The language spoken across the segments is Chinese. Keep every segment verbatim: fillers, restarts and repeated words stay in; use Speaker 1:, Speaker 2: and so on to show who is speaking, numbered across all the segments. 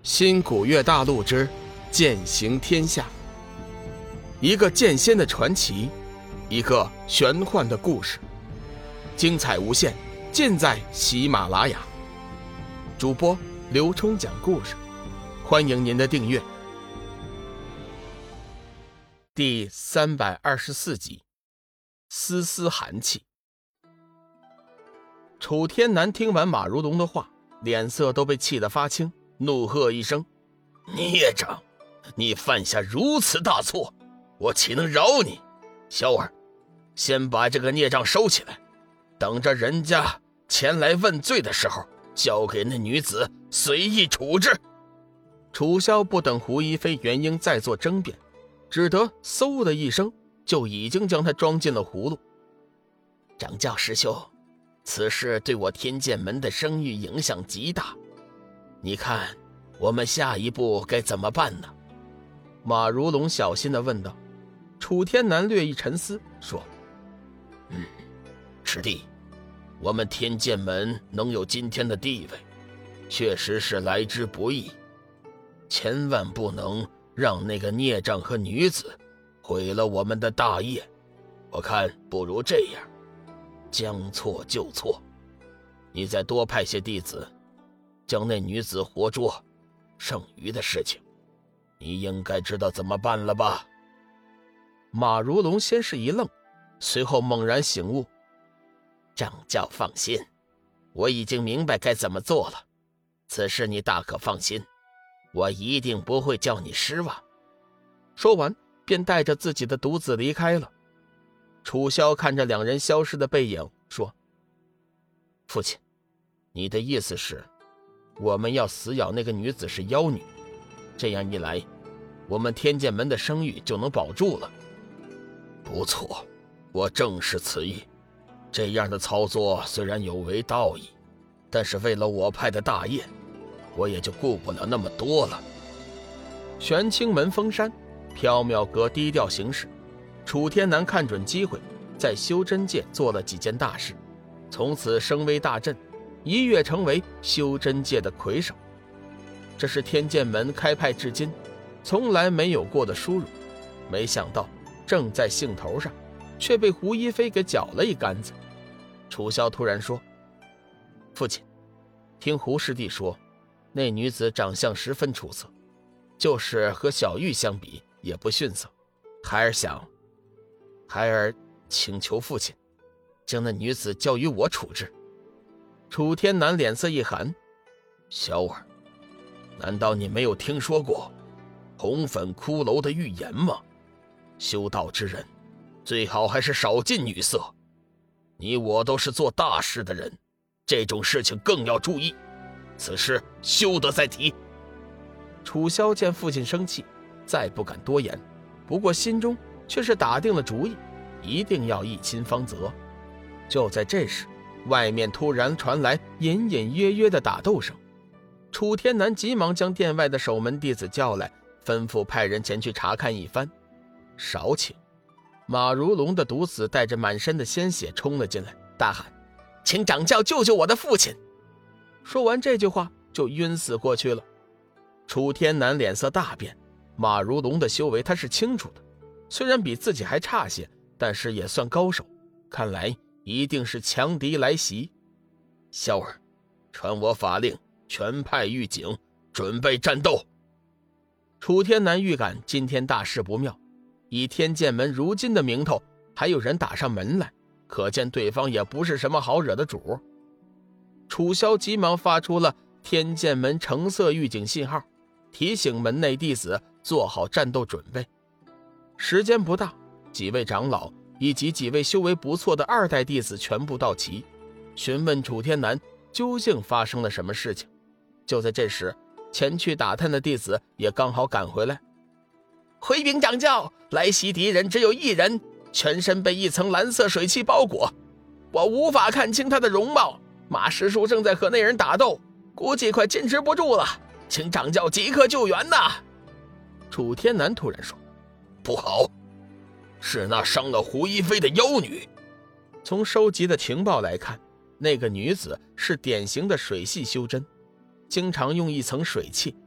Speaker 1: 新古月大陆之剑行天下，一个剑仙的传奇，一个玄幻的故事，精彩无限，尽在喜马拉雅。主播刘冲讲故事，欢迎您的订阅。第三百二十四集，丝丝寒气。楚天南听完马如龙的话，脸色都被气得发青，怒喝一声：
Speaker 2: 孽障，你犯下如此大错，我岂能饶你？小儿，先把这个孽障收起来，等着人家前来问罪的时候，交给那女子随意处置。
Speaker 1: 楚萧不等胡一飞、元婴再做争辩，只得嗖的一声就已经将他装进了葫芦。
Speaker 2: 掌教师兄，此事对我天剑门的声誉影响极大，你看我们下一步该怎么办呢？
Speaker 1: 马如龙小心地问道。楚天南略一沉思，说：
Speaker 2: 嗯，师弟，我们天剑门能有今天的地位，确实是来之不易，千万不能让那个孽障和女子毁了我们的大业。我看不如这样，将错就错，你再多派些弟子，将那女子活捉，剩余的事情你应该知道怎么办了吧？
Speaker 1: 马如龙先是一愣，随后猛然醒悟：
Speaker 2: 掌教放心，我已经明白该怎么做了，此事你大可放心，我一定不会叫你失望。
Speaker 1: 说完便带着自己的独子离开了。楚萧看着两人消失的背影，说：
Speaker 2: 父亲，你的意思是我们要死咬那个女子是妖女，这样一来我们天剑门的声誉就能保住了。不错，我正是此意。这样的操作虽然有违道义，但是为了我派的大业，我也就顾不了那么多了。
Speaker 1: 玄清门封山，缥缈阁低调行事，楚天南看准机会，在修真界做了几件大事，从此声威大振，一跃成为修真界的魁首。这是天剑门开派至今从来没有过的殊荣，没想到正在兴头上，却被胡一飞给搅了一竿子。楚萧突然说：父亲，听胡师弟说，那女子长相十分出色，就是和小玉相比也不逊色，孩儿想孩儿请求父亲将那女子交于我处置。楚天南脸色一寒：
Speaker 2: 小儿，难道你没有听说过红粉骷髅的预言吗？修道之人最好还是少近女色，你我都是做大事的人，这种事情更要注意，此事休得再提。
Speaker 1: 楚萧见父亲生气，再不敢多言，不过心中却是打定了主意，一定要一亲芳泽。就在这时，外面突然传来隐隐约约的打斗声。楚天南急忙将殿外的守门弟子叫来，吩咐派人前去查看一番。少顷，马如龙的独子带着满身的鲜血冲了进来，大喊：请掌教救救我的父亲！说完这句话就晕死过去了。楚天南脸色大变，马如龙的修为他是清楚的，虽然比自己还差些，但是也算高手，看来一定是强敌来袭。
Speaker 2: 萧儿，传我法令，全派狱警准备战斗。
Speaker 1: 楚天南预感今天大事不妙，以天剑门如今的名头，还有人打上门来，可见对方也不是什么好惹的主。楚萧急忙发出了天剑门橙色预警信号，提醒门内弟子做好战斗准备。时间不大，几位长老以及几位修为不错的二代弟子全部到齐，询问楚天南究竟发生了什么事情。就在这时，前去打探的弟子也刚好赶回来。回禀掌教，来袭敌人只有一人，全身被一层蓝色水汽包裹，我无法看清他的容貌。马师叔正在和那人打斗，估计快坚持不住了，请掌教即刻救援呐！楚天南突然说：
Speaker 2: 不好，是那伤了胡一飞的妖女。
Speaker 1: 从收集的情报来看，那个女子是典型的水系修真，经常用一层水汽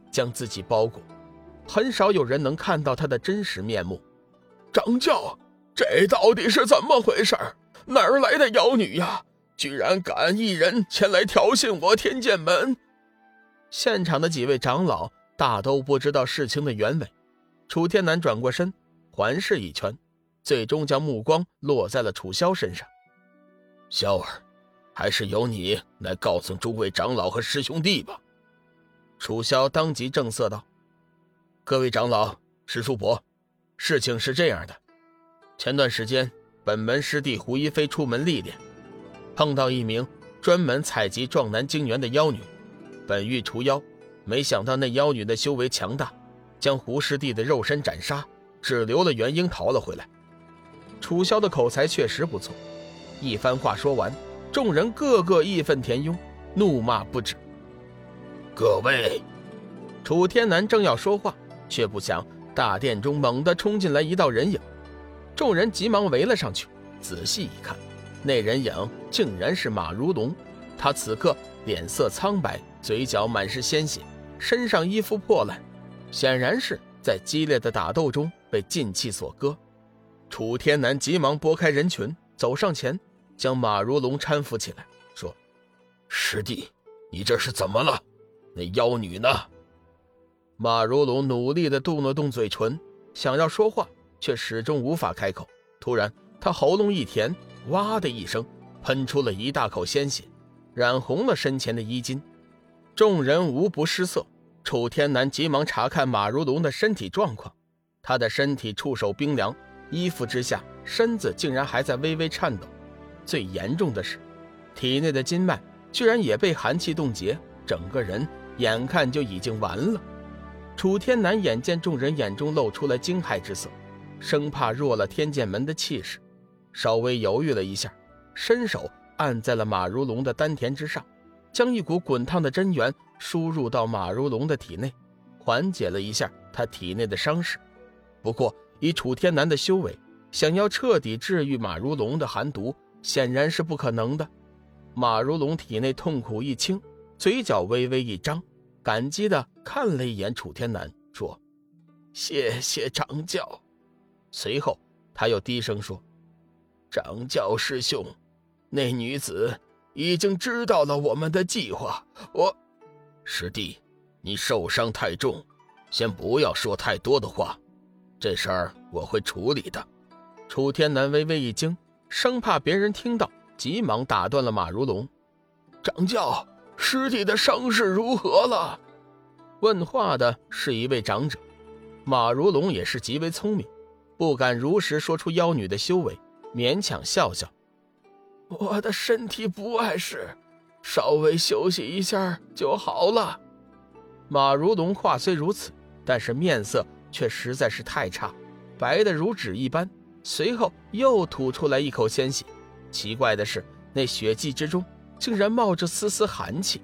Speaker 1: 将自己包裹，很少有人能看到他的真实面目。
Speaker 2: 掌教，这到底是怎么回事？哪儿来的妖女呀？居然敢一人前来挑衅我天剑门！
Speaker 1: 现场的几位长老大都不知道事情的原委。楚天南转过身，环视一圈，最终将目光落在了楚萧身上。
Speaker 2: 萧儿，还是由你来告诉诸位长老和师兄弟吧。
Speaker 1: 楚萧当即正色道：各位长老、师叔伯，事情是这样的，前段时间本门师弟胡一飞出门历练，碰到一名专门采集壮男精元的妖女，本欲除妖，没想到那妖女的修为强大，将胡师弟的肉身斩杀，只留了元婴逃了回来。楚萧的口才确实不错，一番话说完，众人个个义愤填膺，怒骂不止。
Speaker 2: 各位，
Speaker 1: 楚天南正要说话，却不想大殿中猛地冲进来一道人影，众人急忙围了上去，仔细一看，那人影竟然是马如龙。他此刻脸色苍白，嘴角满是鲜血，身上衣服破烂，显然是在激烈的打斗中被劲气所割。楚天南急忙拨开人群，走上前，将马如龙搀扶起来，说：
Speaker 2: 师弟，你这是怎么了？那妖女呢？
Speaker 1: 马如龙努力地动了动嘴唇，想要说话，却始终无法开口。突然他喉咙一甜，哇的一声喷出了一大口鲜血，染红了身前的衣襟。众人无不失色。楚天南急忙查看马如龙的身体状况，他的身体触手冰凉，衣服之下身子竟然还在微微颤抖，最严重的是体内的筋脉居然也被寒气冻结，整个人眼看就已经完了。楚天南眼见众人眼中露出了惊骇之色，生怕弱了天剑门的气势，稍微犹豫了一下，伸手按在了马如龙的丹田之上，将一股滚烫的真元输入到马如龙的体内，缓解了一下他体内的伤势。不过以楚天南的修为，想要彻底治愈马如龙的寒毒显然是不可能的。马如龙体内痛苦一轻，嘴角微微一张，感激地看了一眼楚天南，说：谢谢掌教。随后他又低声说：掌教师兄，那女子已经知道了我们的计划，我……
Speaker 2: 师弟，你受伤太重，先不要说太多的话，这事儿我会处理的。
Speaker 1: 楚天南微微一惊，生怕别人听到，急忙打断了马如龙。掌教，师弟的伤势如何了？问话的是一位长者。马如龙也是极为聪明，不敢如实说出妖女的修为，勉强笑笑：我的身体不碍事，稍微休息一下就好了。马如龙话虽如此，但是面色却实在是太差，白得如纸一般，随后又吐出来一口鲜血。奇怪的是，那血迹之中竟然冒着丝丝寒气。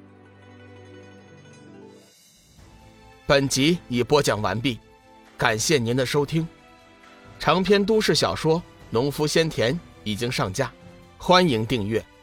Speaker 1: 本集已播讲完毕，感谢您的收听。长篇都市小说《农夫先田》已经上架，欢迎订阅。